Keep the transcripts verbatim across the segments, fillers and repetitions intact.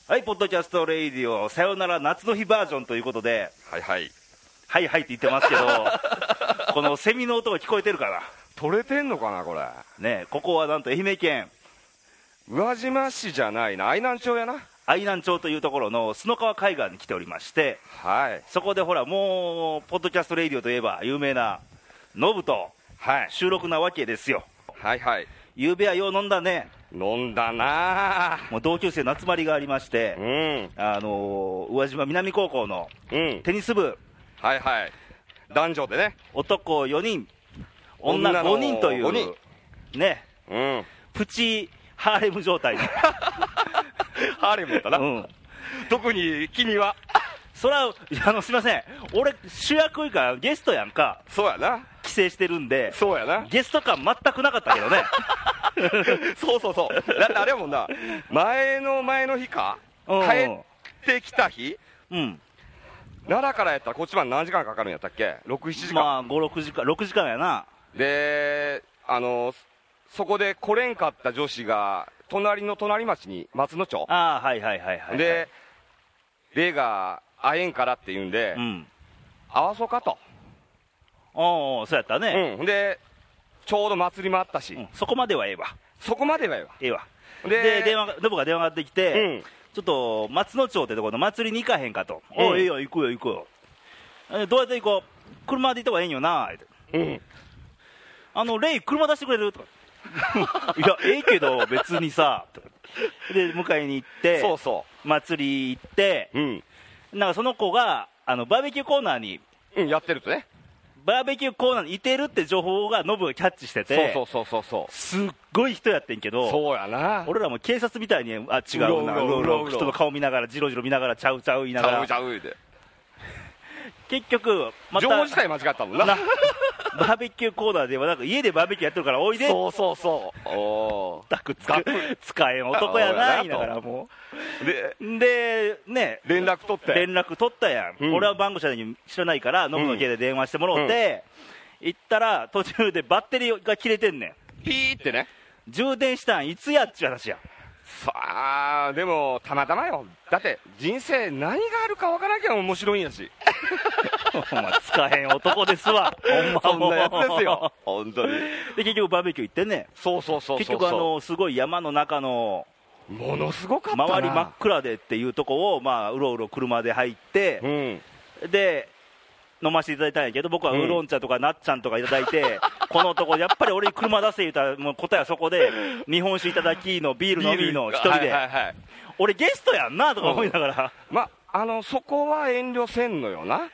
はい、ポッドキャストレイディオさよなら夏の日バージョンということで、 はいはいはいはいって言ってますけどこのセミの音が聞こえてるかな。 取れてんのかなこれね。ここはなんと愛媛県宇和島市じゃないな、愛南町やな。 愛南町というところの須川海岸に来ておりまして、 はい、 そこでほらもうポッドキャストレイディオといえば有名なノブと収録なわけですよ。 はいはい。 ゆうべはよう飲んだね。 飲んだな。 もう同級生の集まりがありまして、 うん、 あのー、宇和島南高校のテニス部、うん、 はいはい、男女でね、 男よにん女ごにんというね、 うん、 プチハーレム状態のハーレムだったな、 うん、 特に君はそらあのすいません、俺主役以下ゲストやんか。 そうやな、 帰省してるんで、 そうやな、 ゲスト感全くなかったけどねそうそうそう、だってあれもんな、前の前の日か、 うん、 帰ってきた日、 うん、 奈良からやったらこっちまで何時間かかるんやったっけ、ろく、しちじかん、 まあご、ろくじかん、ろくじかんやな。 で、あのそこで来れんかった女子が隣の隣町に松野町、 ああはいはいはいはい、 で霊が会えんからって言うんで、うん、会わそうかと。 おお、そうやったね。 うん、でちょうど祭りもあったし、うん、 そこまではええわ、 そこまではええわ、 ええわ。で、で電話ノブが電話がかかってきて、うん、ちょっと松野町ってところの祭りに行かへんかと、うん、おい、ええよ、行こうよ行こうよ、どうやって行こう、車で行った方がええんよなって、うん、あのレイ車出してくれるとかいやええけど別にさとかで迎えに行って、 そうそう祭り行って、うん、なんかその子があのバーベキューコーナーに、 うん、やってるとね、 バーベキューコーナーにいてるって情報がノブがキャッチしてて、 そうそうそうそう、 すっごい人やってんけど、 そうやな、 俺らも警察みたいに、あ違うな、うろうろ人の顔見ながらじろじろ見ながらちゃうちゃう言いながら、 ちゃうちゃうで結局また情報自体間違ったもんななバーベキューコーナーではなんか家でバーベキューやってるからおいで、 そうそうそう、おたく使使えん男やな言いながら、もうででね、 連絡取って連絡取ったやん、うん、俺は番号知らないからノブの家で電話してもらって、うん、行ったら途中でバッテリーが切れてんねん、 ピーってね、 充電したんいつやっちゅう話や。 さあでもたまたまよ、だって人生何があるかわからなきゃ面白いんやしお前使えん男ですわほんまそんなやつですよ本当に。 で結局バーベキュー行ってね、 そうそうそうそう、 結局あのすごい山の中のものすごかったな、 周り真っ暗でっていうとこをまあうろうろ車で入って、うん、で飲ませていただいたんやけど、僕はウーロン茶とかナッチャンとかいただいて、うん、このとこやっぱり俺に車出せ言うたらもう答えはそこで日本酒いただきのビール飲みの一人で、はいはいはい、俺ゲストやんなとか思いながら、 うん、まあのそこは遠慮せんのよな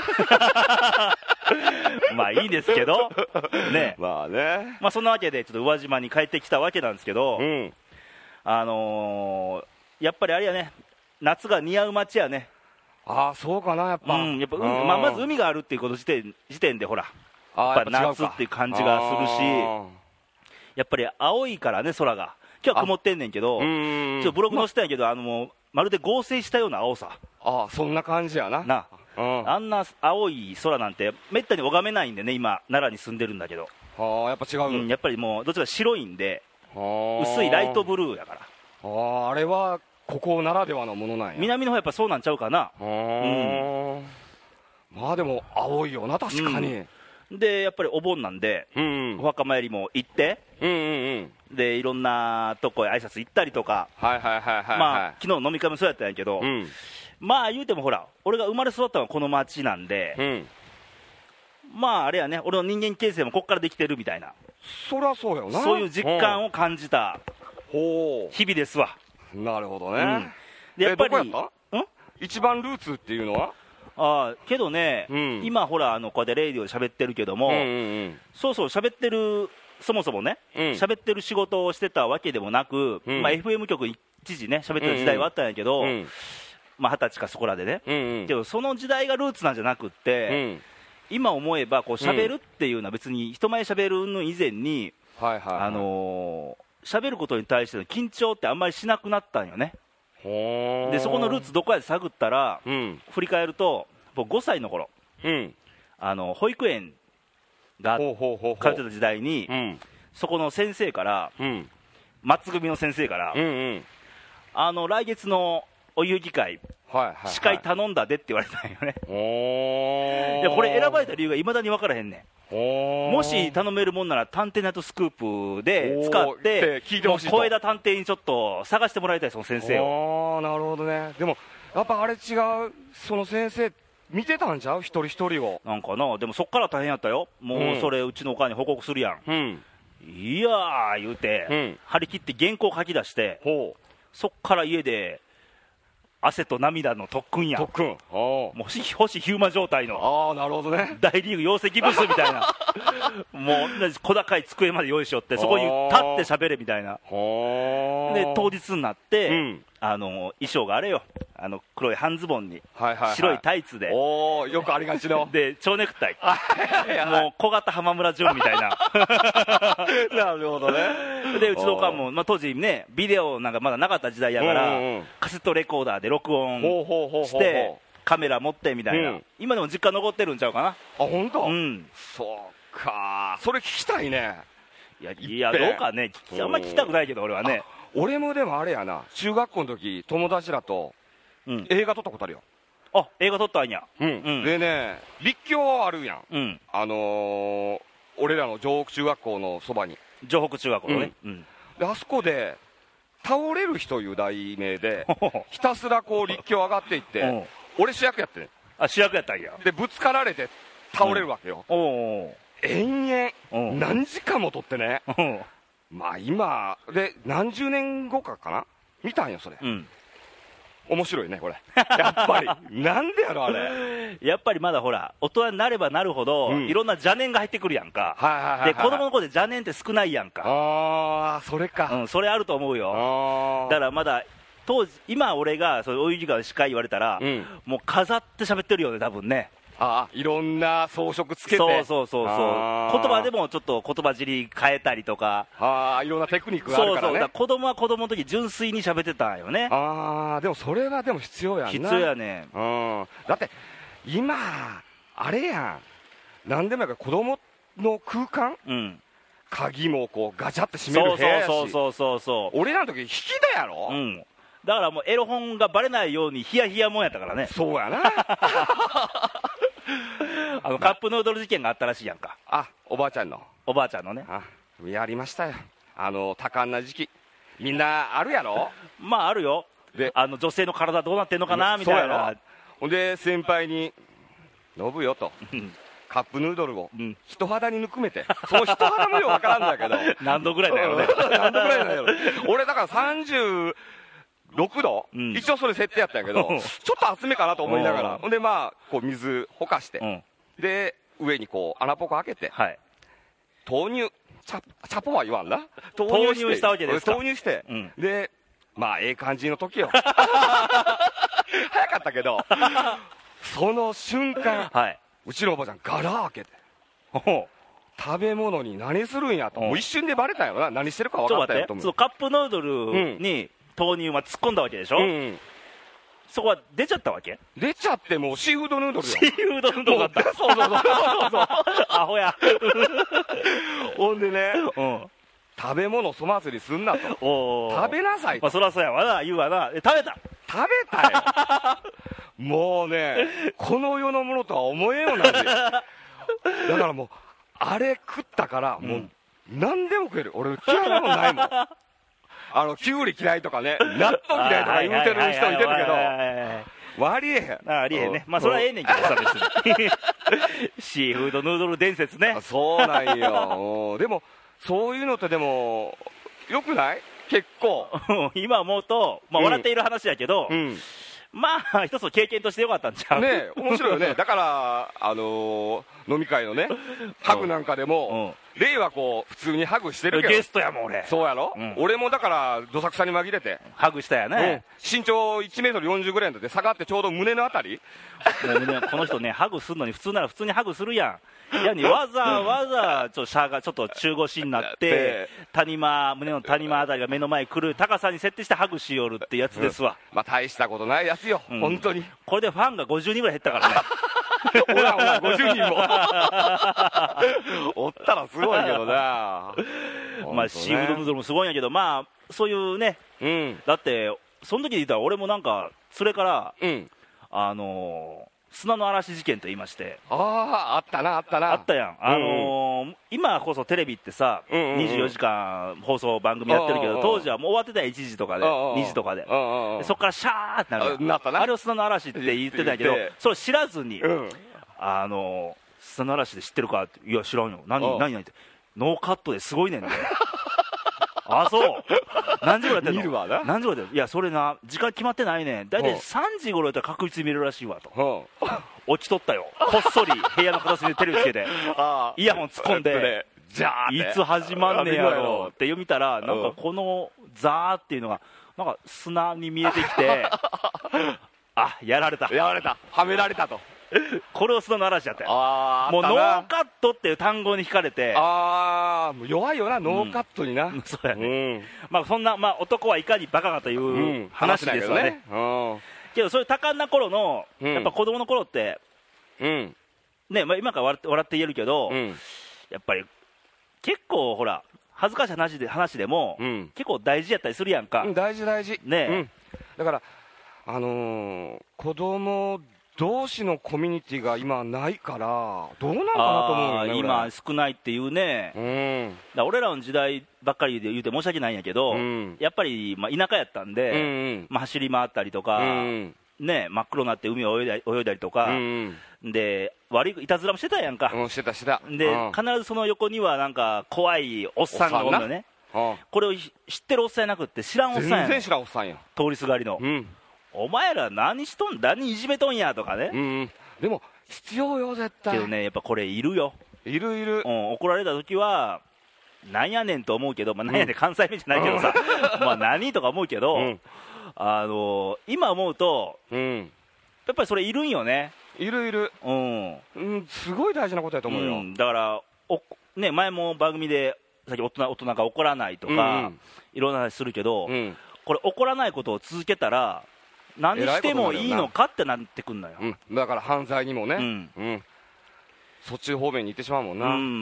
まあいいですけどね、 まあね、 まあそんなわけでちょっと宇和島に帰ってきたわけなんですけど、うん、あのー、やっぱりあれやね、夏が似合う街やね。 ああそうかな、やっぱ、うん、 やっぱ、うんまあ、まず海があるっていうこと時点時点でほらやっぱ夏っていう感じがするし、やっぱり青いからね空が、今日は曇ってんねんけど、ちょっとブログ載せたんやけど、あのもうまるで合成したような青さ、 ああそんな感じやなな、うん、あんな青い空なんてめったに拝めないんでね、今奈良に住んでるんだけど、 ああやっぱ違う、うん、 やっぱりもうどちらか白いんで薄いライトブルーやから、 あああれはここならではのものなんや、 南の方やっぱそうなんちゃうかな、うん、 まあでも青いよな確かに、 うん、でやっぱりお盆なんで、うんうん、お墓参りも行って、うんうんうん、でいろんなとこへ挨拶行ったりとか、 はいはいはいはい、はい、 まあ昨日飲み会もそうやったんやけど、うん、まあ言うてもほら俺が生まれ育ったのはこの町なんで、うん、まああれやね、俺の人間形成もこっからできてるみたいな、 そりゃそうやよな、 そういう実感を感じた日々ですわ。 なるほどね、うん、 でやっぱりえどこやったん一番ルーツっていうのは、 あけどね、うん、今ほらあのこうやってレイディオで喋ってるけども、うんうんうん、そうそう喋ってる、そもそもね喋、うん、ってる仕事をしてたわけでもなく、うんまあ、エフエム 局一時ね喋ってる時代はあったんやけど、うんうんまあ、はたちかそこらでね、うんうん、けどその時代がルーツなんじゃなくって、うん、今思えばこう喋るっていうのは別に人前喋るの以前に、はいはいはい、あのー喋ることに対しての緊張ってあんまりしなくなったんよね。でそこのルーツどこやで探ったら、うん、振り返ると僕ごさいの頃、うん、あの保育園が通ってた時代に、うん、そこの先生から、うん、松組の先生から、うんうん、あの来月のお遊戯会、 はいはいはい、 司会頼んだでって言われたんよね。 おいやこれ選ばれた理由がいまだに分からへんねん。 おもし頼めるもんなら探偵ナイトスクープで使って聞いてほしいと。 小枝探偵にちょっと探してもらいたい、その先生を。 ああなるほどね。でもやっぱあれ違う、その先生見てたんちゃう、一人一人を。 なんかな、でもそっから大変やったよ。もうそれうちのおかんに報告するやん、うん、いやー言うて、うん、張り切って原稿書き出して、ほう、そっから家で汗と涙の特訓やん。 特訓。 もう星ヒューマ状態の。 ああなるほどね。 大リーグ養石ブスみたいなもう小高い机まで用意しよって、そこに立って喋れみたいな。で当日になって、うん、あの衣装があれよ、あの黒い半ズボンに、はいはいはい、白いタイツで、 およくありがちので蝶ネクタイもう小型浜村淳みたいななるほどね。 でうちのおかんも、まあ、当時ねビデオなんかまだなかった時代やから、うんうん、カセットレコーダーで録音してカメラ持ってみたいな、うん、今でも実家残ってるんちゃうかな。あ本当。 うん、 そうか、それ聞きたいね。 いやいやどうかね、あんまり聞きたくないけど俺はね。 俺もでもあれやな、中学校の時友達らと映画撮ったことあるよ。 うん、あ映画撮ったんや。 うん、うん、でね立教あるやん、うん、あのー、俺らの城北中学校のそばに、 城北中学校ね、うんうん、 であそこで倒れる日という題名でひたすらこう立教上がっていって俺主役やってね。 あ主役やったんや。 でぶつかられて倒れるわけよ、うん、おう延々何時間も撮ってね、まあ今で何十年後かかな見たんよそれ、うん、面白いねこれやっぱりなんでやろあれやっぱりまだほら大人になればなるほど、うん、いろんな邪念が入ってくるやんか、はいはいはいはい、で子供の頃で邪念って少ないやんか。 ああそれか、 うん、それあると思うよ。だからまだ当時今俺がそういうお湯時間の司会言われたら、うん、もう飾って喋ってるよね多分ね。 ああいろんな装飾つけて、 そうそうそうそう言葉でもちょっと言葉尻変えたりとか、 ああいろんなテクニックがあるからね。そうそうだ子供は子供の時純粋に喋ってたんよね。 ああでもそれはでも必要やんな。 必要やね。 うんだって今あれやん、なんでもやから子供の空間、うん、鍵もこうガチャって閉める部屋やし、 そうそうそうそう俺らの時引きだやろ、うん、 だからもうエロ本がバレないようにヒヤヒヤもんやったからね。 そうやなあのカップヌードル事件があったらしいやんか。 あおばあちゃんのおばあちゃんのね。 あやりましたよ、あの多感な時期みんなあるやろまああるよ。であの女性の体どうなってんのかなみたいな。 ほんで先輩にノブよとカップヌードルを人肌にぬくめて、その人肌もよ分からんだけど何度ぐらいだよね何度ぐらいだよ俺だからさんじゅうろくど、うん、一応それ設定やったんやけどちょっと厚めかなと思いながら、ほんでまあこう水ほかして、うん、で上にこう穴ポコ開けて、はい、投入チャチャポは言わんな、 投入してしたわけですか。 投入して、うん、でまあええ感じの時よ早かったけどその瞬間、はい、うちのおばちゃんガラ開けて食べ物に何するんやと、もう一瞬でバレたよな、何してるか分かったよと思う。 そうカップヌードルに、うん豆乳は突っ込んだわけでしょ、うんうん、そこは出ちゃったわけ。 出ちゃってもうシーフードヌードルよ。 シーフードヌードルだった。 そうそうそうそうそうアホやほんでね、うん、食べ物粗末にすんなと、お食べなさいと、 まあ、そりゃそうやわな言うわな。え食べた食べたよもうねこの世のものとは思えんような味だからもうあれ食ったからもう何でも食える、俺嫌いなもんないもんあのキュウリ嫌いとかね納豆嫌いとか言うてる人いてるけど割りえへん。 ありえへんね。まあそれはええねんけどさ別にシーフードヌードル伝説ね。 そうなんよでもそういうのってでもよくない結構今思うと、まあ、笑っている話やけど、うんうんまあ一つの経験としてよかったんちゃうね。面白いよねだからあのー、飲み会のねハグなんかでも、うん、レイはこう普通にハグしてるけどゲストやもん俺。 そうやろ、うん、俺もだからどさくさに紛れてハグしたやね、 うん、身長いちメートルよんじゅうぐらいので下がってちょうど胸のあたりもう、ね、この人ねハグするのに普通なら普通にハグするやん。いやにわざわざちょっとシャがちょっと中腰になって谷間胸の谷間あたりが目の前に来る高さに設定してハグしよるってやつですわ、 うん、まあ大したことないやつよ、うん、本当に。 これでファンがごじゅうにんぐらい減ったからねほらほらごじゅうにんもおったらすごいけどなまあシーフードヌードルもすごいんやけどまあそういうね、うん、だってその時で言ったら俺もなんかそれから、 うん、 あのー砂の嵐事件と言いまして、 ああ、あったな、あったな、 あったやん、あのーうん、今こそテレビってさ、うんうんうん、にじゅうよじかん放送番組やってるけど、当時はもう終わってたやん、いちじとかで、にじとかで、でそこからシャーってなるやん、 なったな、 あれを砂の嵐って言ってたんやけど、それ知らずに、うん、あのー、砂の嵐で知ってるかって、いや、知らんよ、何、何、何って、ノーカットですごいねんね。あ、そう何時頃やってんの見るわな、 何時頃やってんの、いや、それな、時間決まってないねん、大体さんじ頃やったら確実に見れるらしいわと、落ちとったよ、こっそり部屋の片隅でテレビつけて、イヤホン突っ込んで、 じゃあいつ始まんねやろって読みたら、なんかこのザーっていうのが、なんか砂に見えてきて、あ、やられた、 やられた、はめられたと。 これを砂の嵐やったよ。 あもうノーカットっていう単語に惹かれて、 ああ、もう弱いよな、ノーカットにな、うん、 そうやね、うん、まあそんな、まあ、男はいかにバカかという話ですよね、うん、けどそういう多感な頃の、うん、やっぱ子供の頃って、うんね、まあ、今から笑って、笑って言えるけど、うん、やっぱり結構ほら恥ずかしい話で、話でも、うん、結構大事やったりするやんか、 うん、大事大事ね、うん、だからあのー、子供同士のコミュニティが今ないからどうなんかなと思うよね、 今少ないっていうね、うん、だ俺らの時代ばっかりで言うて申し訳ないんやけど、うん、やっぱり、まあ、田舎やったんで、うんうんまあ、走り回ったりとか、うんね、真っ黒になって海を泳いだり、泳いだりとか、うんうん、で悪いいたずらもしてたやんか、 うん、してたしてたで、うん、必ずその横にはなんか怖いおっさんがおるのね、うん、これを知ってるおっさんやなくって知らんおっさんやん、 全然知らんおっさんや、 通りすがりの、うんお前ら何しとん、何いじめとんやとかね、うん、 でも必要よ絶対、 けどねやっぱこれいるよ、 いるいる、 うん、怒られた時はなんやねんと思うけど、まあ、なんやねん関西弁じゃないけどさ、うん、まあ何とか思うけど、うん、あのー、今思うと、うん、やっぱりそれいるんよね、 いるいる、 うん、 うん、すごい大事なことやと思うよ、うん、 だからお、ね、前も番組でさっき大人、大人が怒らないとか、うん、いろんな話するけど、うん、これ怒らないことを続けたら何してもいいのかってなってくんのよ、 うん、だから犯罪にもね、うんうん、そっち方面に行ってしまうもんな、うんうん、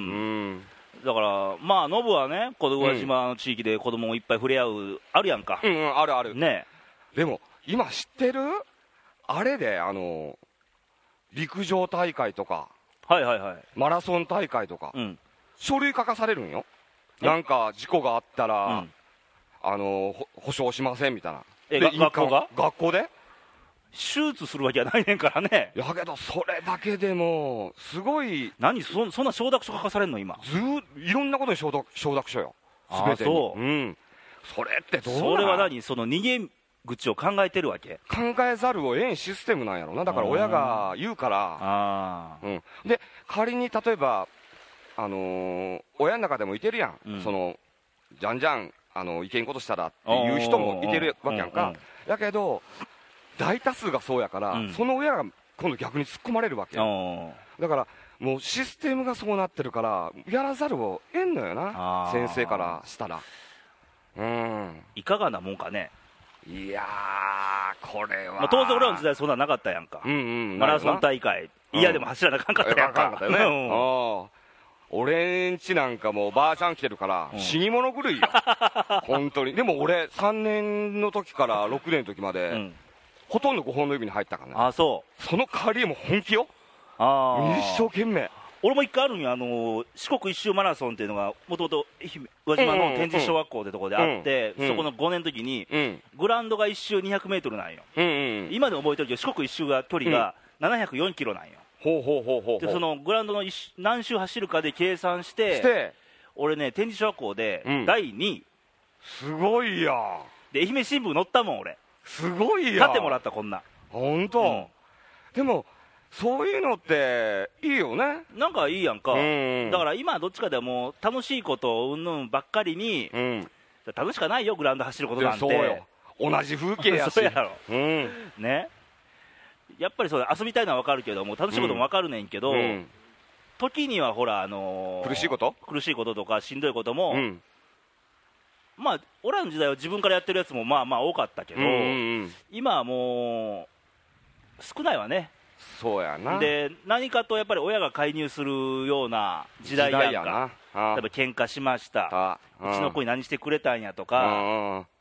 だからまあノブはね小戸島の地域で子供もいっぱい触れ合うあるやんか、 うんうん、あるある、 ね、 でも今知ってるあれであの陸上大会とか、 はいはいはい、 マラソン大会とか、うん、書類書かされるんよ、なんか事故があったら、うん、あの保証しませんみたいな、 え学校が学校で手術するわけはないねんからね。 やけどそれだけでもすごい、 何 そ, そんな承諾書書かされるの今、 ずいろんなことに承諾承諾書よ、全てに。 そう、 うん、それってどうなそれは何、その逃げ口を考えてるわけ、 考えざるを得んシステムなんやろな、だから親が言うから、あ、うん、で仮に例えば、あのー、親の中でもいてるやん、うん、そのじゃんじゃんあのいけんことしたらっていう人もいてるわけやんか、やけど大多数がそうやから、うん、その親が今度逆に突っ込まれるわけよ、だからもうシステムがそうなってるからやらざるを得んのよな、先生からしたら。うん、 いかがなもんかね。 いやーこれは、 まあ、当然俺らの時代そんななかったやんか、うんうん、マラソン大会嫌、うん、でも走らなあかんかったやんか、 うん、ね、うん、俺んちなんかもうばあちゃん来てるから、うん、死に物狂いよ本当に。でも俺さんねんの時からろくねんの時まで、うん、ほとんどごほんの指に入ったからね。 あ、そう。 その代わりも本気よ。あ、一生懸命。 俺も一回あるんよ、あの四国一周マラソンっていうのがもともと宇和島の天神小学校ってところであって、うんうん、そこのごねんの時に、うん、グラウンドが一周にひゃくメートルなんよ、うんうん、今でも覚えてるけど四国一周が距離がななひゃくよんキロなんよ、 ほうほうほうほう。 でそのグラウンドの何周走るかで計算してして俺ね天神小学校でだいにい、うん、 すごいやで愛媛新聞載ったもん俺。 すごいや立ってもらったこんな。 本当、うん、でもそういうのっていいよね。 なんかいいやんか、うんうん、だから今どっちかでも楽しいことをうんぬんばっかりに、うん、楽しかないよグラウンド走ることなんて。 そうよ、同じ風景やしそうやろ、うん、ね、やっぱりそう遊びたいのは分かるけども楽しいことも分かるねんけど、うん、時にはほら、あのー、 苦しいこと苦しいこととかしんどいことも、うん、まあ俺らの時代は自分からやってるやつもまあまあ多かったけど、うんうんうん、今はもう少ないわね。 そうやな。 で何かとやっぱり親が介入するような時代やんか。例えば喧嘩しました、うちの子に何してくれたんやとか、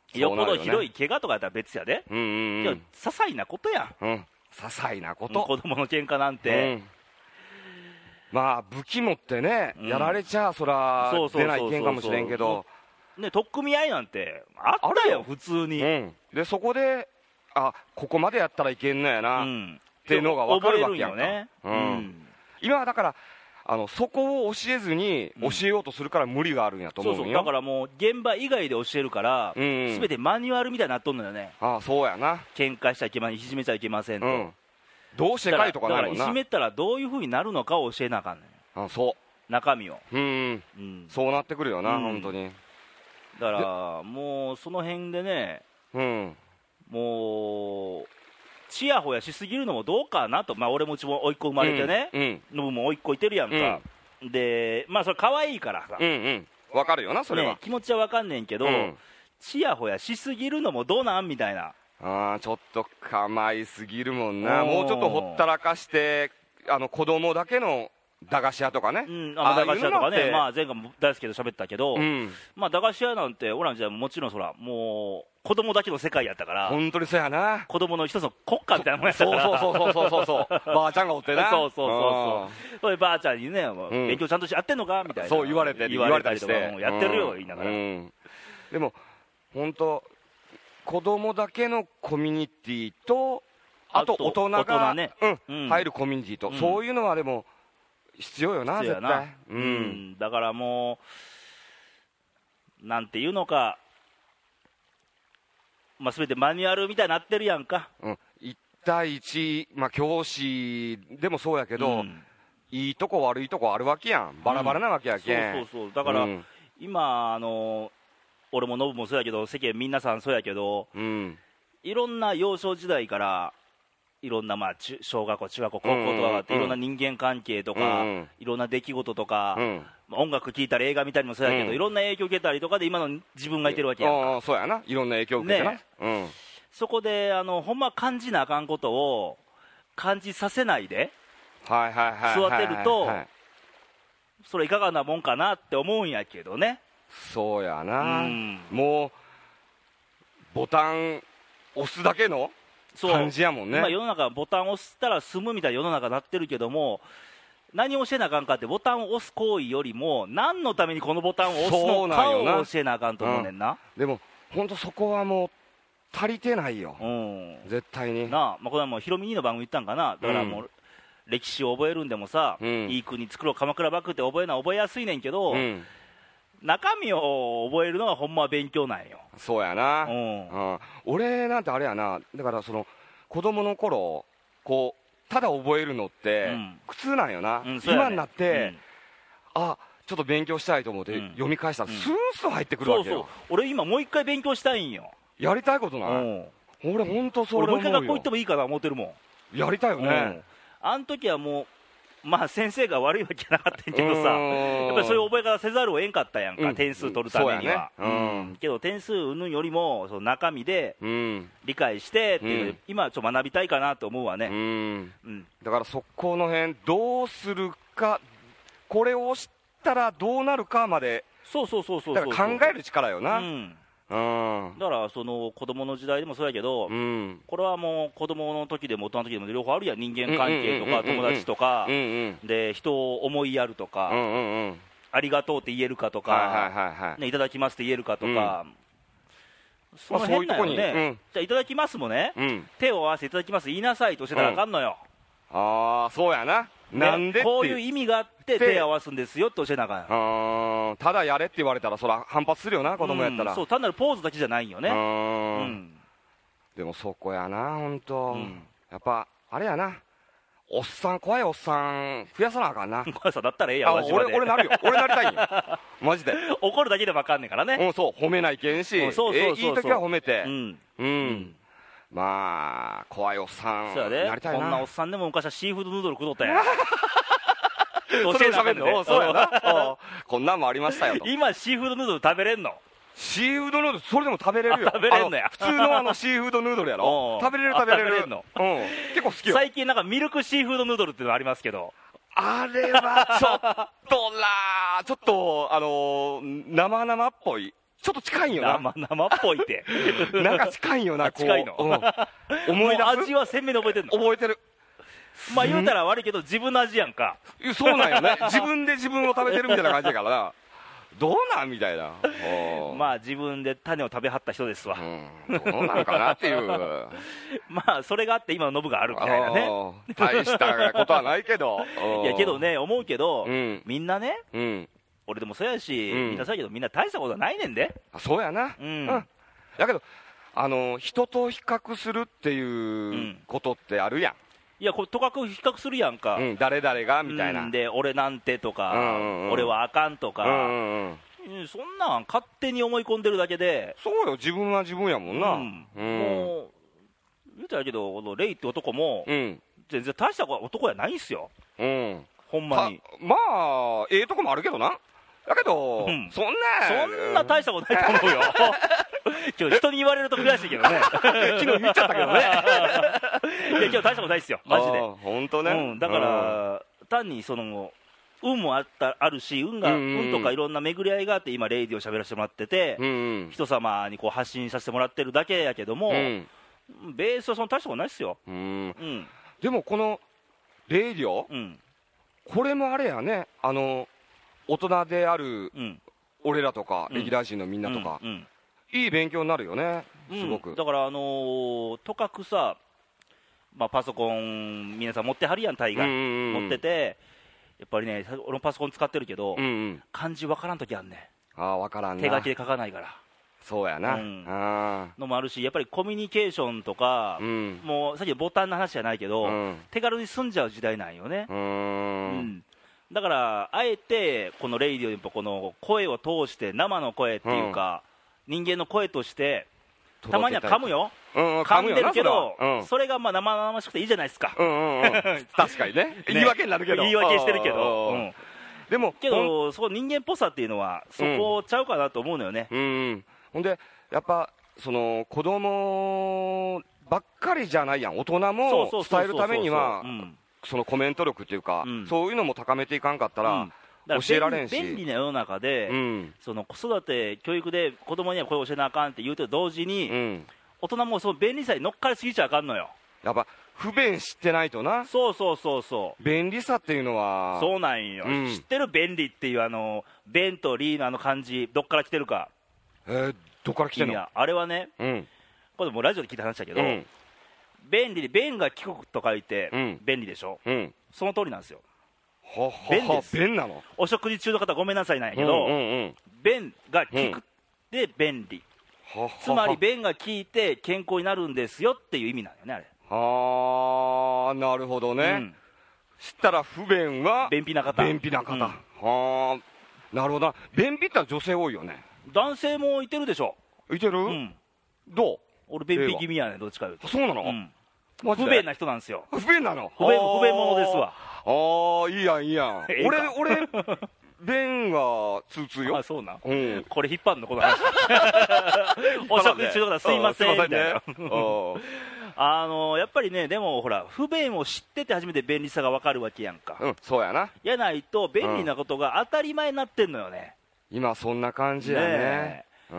よっぽどひどい怪我とかやったら別やで、 うんうんうん、 でも些細なことやん、 うん、些細なこと、 子供の喧嘩なんて、うん、 まあ武器持ってね、うん、やられちゃそら出ないけんかもしれんけど、 ね、取っ組み合いなんてあったよ普通に、 うん、でそこであここまでやったらいけんのやな、うん、っていうのが分かるわけやんか、ね、うんうん、今はだからあのそこを教えずに教えようとするから無理があるんやと思うよ、 うん、そうそうだからもう現場以外で教えるから、うんうん、全てマニュアルみたいになっとんのよね。 ああそうやな、 喧嘩しちゃいけません、いじめちゃいけませんと、うん、 どうしてかいとかないもんな。 だからいじめたらどういう風になるのかを教えなあかんねん。 あそう中身を、 うん、うん、そうなってくるよな、うん、本当に。 だからもうその辺でね、うん、もうちやほやしすぎるのもどうかなと、まあ、俺もうちも甥っ子生まれてね、うんうん、ノブも甥っ子いてるやんか、うん、でまあそれ可愛いからさ、 うんうん、分かるよなそれは、 ね、気持ちは分かんねんけど、うん、ちやほやしすぎるのもどうなんみたいな。 あちょっと構いすぎるもんな。もうちょっとほったらかしてあの子供だけの駄菓子屋とかね、 うん、あの駄菓子屋とかね、まあ、前回も大好きで喋ったけど、うん、まあ、駄菓子屋なんて俺らの時代ももちろんそらもう子供だけの世界やったから、 本当にそうやな、 子供の一つの国家みたいなもんやったから、 そうそうそうそうそうそうばあちゃんがおってな、 そうそうそうそう、ばあちゃんにね、うん、勉強ちゃんとしてやってんのかみたいな、 そう言われて言われたりとか、やってるよ、言いながら、うん、 でも本当子供だけのコミュニティとあと大人が大人、ね、うん、入るコミュニティと、うん、そういうのはでも必要よな、絶対、 うんうん、だからもうなんていうのか、まあ、全てマニュアルみたいになってるやんか、 うん、いち対いち、まあ、教師でもそうやけど、うん、いいとこ悪いとこあるわけやん、バラバラなわけやけん、 うん、そうそうそう、だから、うん、今あの俺もノブもそうやけど世間皆さんそうやけど、うん、いろんな幼少時代からいろんな、まあ、中小学校、中学校、高校とかがあって、うんうん、いろんな人間関係とか、うんうん、いろんな出来事とか、うんまあ、音楽聴いたり映画見たりもそうやけど、うん、いろんな影響を受けたりとかで今の自分がいてるわけやんか、 あそうやな、いろんな影響を受けてな、ねうん、 そこであのほんま感じなあかんことを感じさせないで育てると、それいかがなもんかなって思うんやけどね。 そうやな、うん、もうボタン押すだけの感じやもんね。 今世の中ボタンを押したら済むみたいな世の中になってるけども、何を教えなあかんかってボタンを押す行為よりも何のためにこのボタンを押すのかを教えなあかんと思うねんな、 うん、でも本当そこはもう足りてないよ、うん、絶対になあ、まあ、これはもうヒロミ兄の番組言ったんかな、だからもう、うん、歴史を覚えるんでもさ、うん、いい国作ろう鎌倉幕府って覚えるのは覚えやすいねんけど、うん中身を覚えるのがほんまは勉強なんよ。 そうやな、うんうん、俺なんてあれやな、だからその子供の頃こうただ覚えるのって苦痛なんよな、うんうん、今になって、うん、あちょっと勉強したいと思って読み返したらスーッと入ってくるわけよ、うん、そうそう俺今もう一回勉強したいんよ。 やりたいことない、うん、俺本当それ思うよ。俺もう一回学校行ってもいいかな思ってるもん。やりたいよね、うん、 あの時はもうまあ先生が悪いわけじゃなかったんけどさ、やっぱりそういう覚え方せざるをえんかったやんか、うん、点数取るためには、う、ねうん、けど点数云々よりもその中身で理解してっていう、うん、今ちょっと学びたいかなと思うわね、うんうん、だからそこの辺どうするか、これを知ったらどうなるかまで、 そうそうそうそう、 だから考える力よな、うんうん、だからその子供の時代でもそうやけど、うん、これはもう子供の時でも大人の時でも両方あるやん、人間関係とか友達とか、うんうん、で人を思いやるとか、うんうんうん、ありがとうって言えるかとか、はいはいはいはい、ね、いただきますって言えるかとか、うん、その辺だよね、まあ、そういうとこに、うん、じゃあいただきますもね、うん、手を合わせていただきます言いなさいとしてたらあかんのよ、 うん、ああそうやな、なんでこういう意味があって手を合わすんですよって教えなあかん。 あただやれって言われたらそら反発するよな、子供やったら、 うん、そう単なるポーズだけじゃないよね、うん、 でもそこやな本当、うん、やっぱあれやな、おっさん怖いおっさん増やさなあかんな。 怖さだったらええやん、 俺俺なるよ俺なりたいんよマジで怒るだけでもあかんねんからね、 うん、そう褒めないけんし、うん、そうそうそうそう、えいい時は褒めて、うん、うんうんまあ怖いおっさんになりたいな。 こんなおっさんでも昔はシーフードヌードル食うとったやんそれを喋るの、そうやなこんなんもありましたよと。 今シーフードヌードル食べれんの？ シーフードヌードルそれでも食べれるよ。 食べれんのや。 普通のあのシーフードヌードルやろ食べれる食べれる、食べれんの、うん、結構好きよ。 最近なんかミルクシーフードヌードルっていうのありますけど、 あれはちょっとなちょっとあのー、生々っぽいちょっと近いんよな。 生生っぽいってなんか近いんよな、こう。 近いの、 うん、思い出す。 味は鮮明に覚えてんの。 覚えてる。 まあ言うたら悪いけど自分の味やんか。 そうなんよね。自分で自分を食べてるみたいな感じだからな。どうなんみたいな。 まあ自分で種を食べはった人ですわ、 うん、どうなんかなっていうまあそれがあって今のノブがあるみたいなね。 大したことはないけどいやけどね、思うけど、 うん、 みんなね、 うん、 俺でもそうやし、 うん、 みんなそうやけどみんな大したことはないねんで。 そうやな、 うん、 うん、だけどあの人と比較するっていうことってあるやん。 いやこれとかく比較するやんか、 うん、誰々がみたいな、 うん、で俺なんてとか、 うんうんうん、 俺はあかんとか、 うんうんうん、そんなん勝手に思い込んでるだけで。 そうよ、自分は自分やもんな、 うんうん、 もう言うたらけどこのレイって男も、 うん、 全然大した男やないんすよ、 うん、 ほんまに。 まあええとこもあるけどな。だけど、うん、そんなそんな大したことないと思うよ今日人に言われると悔しいけどね昨日言っちゃったけどねいや今日大したことないっすよマジで。 本当ね、 うん、だから、うん、単にその運もあったあるし、運が、うんうん、運とかいろんな巡り合いがあって今レイディを喋らせてもらってて、うんうん、人様にこう発信させてもらってるだけやけども、うん、ベースはその大したことないっすよ、うんうん、 でもこのレイディオ、うん、これもあれやね、あの大人である俺らとか、うん、レギュラー陣のみんなとか、うんうん、いい勉強になるよね、すごく、 うん、だからあのー、とかくさ、まあ、パソコン皆さん持ってはるやん、大概、うんうんうん、持っててやっぱりね、俺もパソコン使ってるけど、うんうん、漢字分からんときあんねん。 あ、分からんな、 手書きで書かないから。 そうやな、うん、あのもあるし、やっぱりコミュニケーションとか、うん、もうさっきのボタンの話じゃないけど、うん、手軽に済んじゃう時代なんよね。うん、うん、だからあえてこのレイディオにこの声を通して、生の声っていうか、うん、人間の声としてたまには噛むよ、うん、噛んでるけど、それ、うん、それがまあ生々しくていいじゃないですか、うんうんうん、 確かにねね、言い訳になるけど、 言い訳してるけど、うん、 でもけどそこ人間っぽさっていうのはそこちゃうかなと思うのよね、 うんうん、ほんでやっぱその子供ばっかりじゃないやん、大人も伝えるためにはそのコメント力っていうか、うん、そういうのも高めていかんかったら、うん、教えられんし、 便利な世の中で、うん、その子育て教育で子供にはこれ教えなあかんって言うと同時に、うん、大人もその便利さに乗っかりすぎちゃあかんのよ。 やっぱ不便知ってないとな。 そうそうそうそう、 便利さっていうのはそうなんよ、うん、知ってる？便利っていうあの便とリーのあの漢字どっから来てるか。 えー、どっから来てんの？ あれはね、うん、これもうラジオで聞いた話だけど、うん、便利で便が利くと書いて、うん、便利でしょ、うん、その通りなんですよ。 はは便です。便なの？ お食事中の方ごめんなさいなんやけど、うんうんうん、便が利くで便利、うん、つまり便が利いて健康になるんですよっていう意味なんよね、あれ。 はあ、なるほどね、うん、知ったら不便は便秘な方、 便秘な方、うん、はあ、なるほどな。便秘って女性多いよね。 男性もいてるでしょ。いてる、うん、どう？ 俺便秘気味やねん、どっちかいうと。 そうなの、うん、 不便な人なんですよ。 不便なの？ 不便、不便者ですわ。 ああ、いいやんいいやん俺俺便が通通よ。 あ、そうな、うん、これ引っ張んのこの話お食事中とかすいませんみたいな、ね、あのやっぱりね、でもほら不便を知ってて初めて便利さが分かるわけやんか。 うん、そうやな。 やないと便利なことが当たり前になってんのよね、 うん、今そんな感じやね。ね、 うん、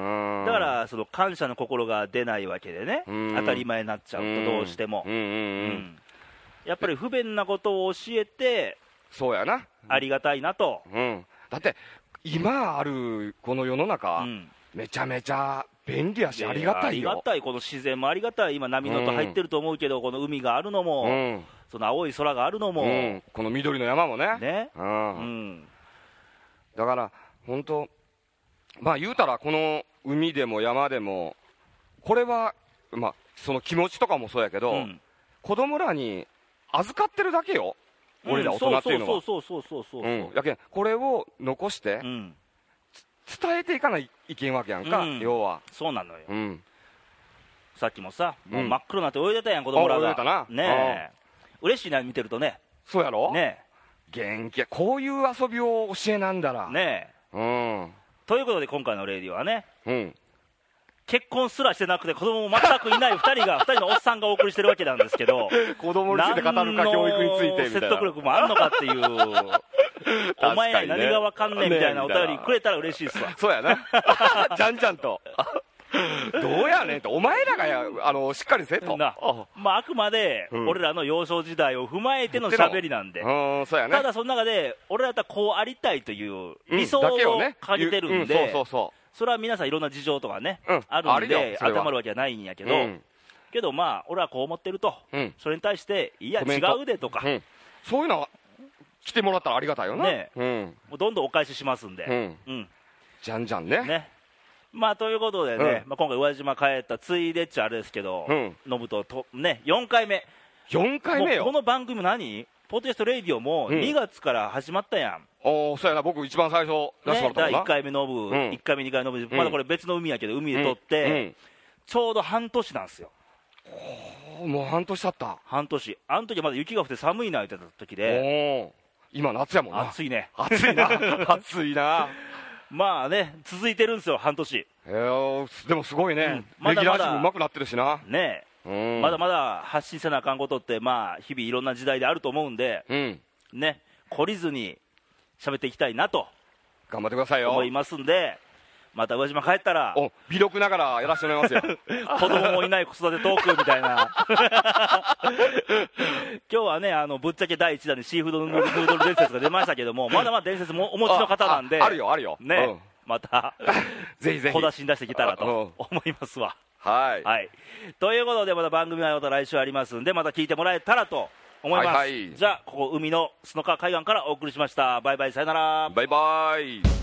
だからその感謝の心が出ないわけでね、うん、当たり前になっちゃうとどうしても、うんうんうんうん、やっぱり不便なことを教えて、 そうやな、 ありがたいなと、 うん、だって今あるこの世の中、うん、めちゃめちゃ便利やしありがたいよ。 ありがたい、この自然もありがたい。今波の音入ってると思うけど、うん、この海があるのも、うん、その青い空があるのも、うん、 この緑の山もね、 ね、うんうん、 だから本当まあ言うたらこの海でも山でもこれはまあその気持ちとかもそうやけど、うん、子供らに預かってるだけよ、俺ら大人っていうのは。 そうそうそうそうそうそう、うん、 だけどこれを残して、うん、伝えていかないいけんわけやんか、うん、要は。 そうなのよ、うん、さっきもさ、もう真っ黒になって泳いでたやん、子供らが。泳いでたな。ねえ、嬉しいな、見てるとね。 そうやろ。 ねえ、元気や。こういう遊びを教えなんだらねえ、うん、ということで今回のレディオはね、うん、 結婚すらしてなくて子供も全くいないふたりがふたりのおっさんがお送りしてるわけなんですけど子供について語るか教育についてみたいな説得力もあるのかっていうお前ら何がわかんねえみたいなお便りくれたら嬉しいですわ。 そうやなじゃんじゃんとどうやねんと、お前らがやあのしっかりせとな、まあ、あくまで俺らの幼少時代を踏まえてのしゃべりなんで、 うん、そうやね、 ただその中で俺らだったらこうありたいという理想をかけてるんで、それは皆さんいろんな事情とかね、うん、あるんで当てはまるわけはないんやけど、うん、けどまあ俺はこう思ってると、うん、それに対していや違うでとか、うん、 そういうのは来てもらったらありがたいよな、ね、 うん、もうどんどんお返ししますんで、うんうん、じゃんじゃんねね。まあということでね、うん、まあ、今回宇和島帰ったついでっちゃあれですけど、ノブととねよんかいめよんかいめよ。 この番組何ポッドキャストレイディオもにがつから始まったやん、うん、 おーそうやな、僕一番最初出してもらったもんな、 ね、だいいっかいめノブ、うん、いっかいめにかいノブ、うん、まだこれ別の海やけど海で撮って、うんうん、ちょうど半年なんですよ。 もう半年経った。 半年。あの時はまだ雪が降って寒いな言ってた時で、 今夏やもんな。 暑いね。 暑いな暑いなまあね、続いてるんですよ半年。 えー、でもすごいね、うん、まだまだレギュラー陣もうまくなってるしなねえ、うん、まだまだ発信せなあかんことってまあ日々いろんな時代であると思うんで、うん、ね、懲りずに喋っていきたいなと頑張ってくださいよ思いますんで、また宇和島帰ったらお微力ながらやらせてもらいますよ子供もいない子育てトークみたいな今日はね、あのぶっちゃけだいいちだんでシーフードヌードル伝説が出ましたけども、まだまだ伝説もお持ちの方なんであ, あ, あるよあるよね、うん、またぜひぜひ小出しに出してきたらと思いますわ。 はい、 はい、ということでまた番組はまた来週ありますんで、また聞いてもらえたらと思います、はいはい、じゃあここ海の砂川海岸からお送りしました。バイバイ、さよなら。 バイバイ。